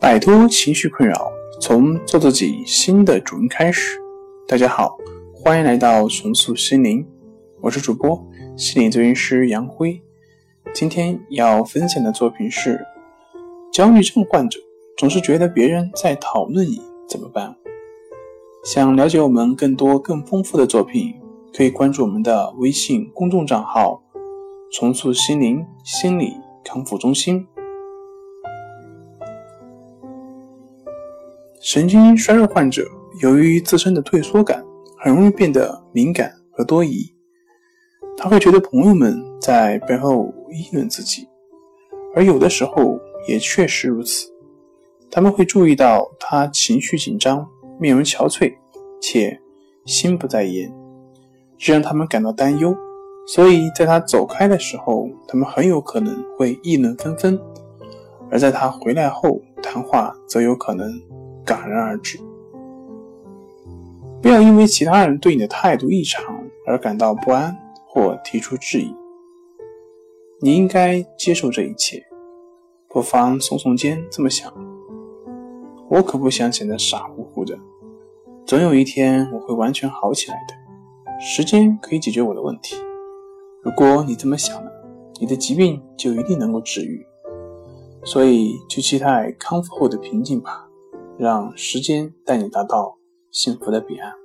摆脱情绪困扰，从做自己新的主人开始。大家好，欢迎来到重塑心灵，我是主播心理咨询师杨辉。今天要分享的作品是：焦虑症患者总是觉得别人在讨论你，怎么办？想了解我们更多更丰富的作品，可以关注我们的微信公众账号重塑心灵心理康复中心。神经衰弱患者由于自身的退缩感，很容易变得敏感和多疑。他会觉得朋友们在背后议论自己，而有的时候也确实如此。他们会注意到他情绪紧张，面容憔悴，且心不在焉，这让他们感到担忧。所以在他走开的时候，他们很有可能会议论纷纷，而在他回来后，谈话则有可能戛然而止。不要因为其他人对你的态度异常而感到不安或提出质疑，你应该接受这一切，不妨耸耸肩这么想：我可不想显得傻乎乎的，总有一天我会完全好起来的，时间可以解决我的问题。如果你这么想了，你的疾病就一定能够治愈。所以去期待康复后的平静吧，让时间带你达到幸福的彼岸。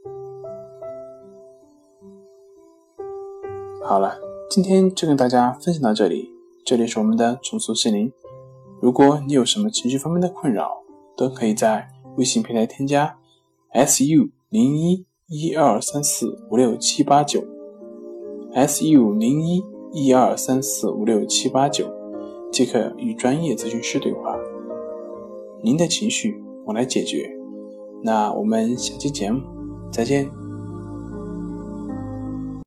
好了，今天就跟大家分享到这里。这里是我们的重塑心灵。如果你有什么情绪方面的困扰，都可以在微信平台添加 SU0112345678 SU0112345678，即可与专业咨询师对话。您的情绪我来解决。那我们下期节目再见。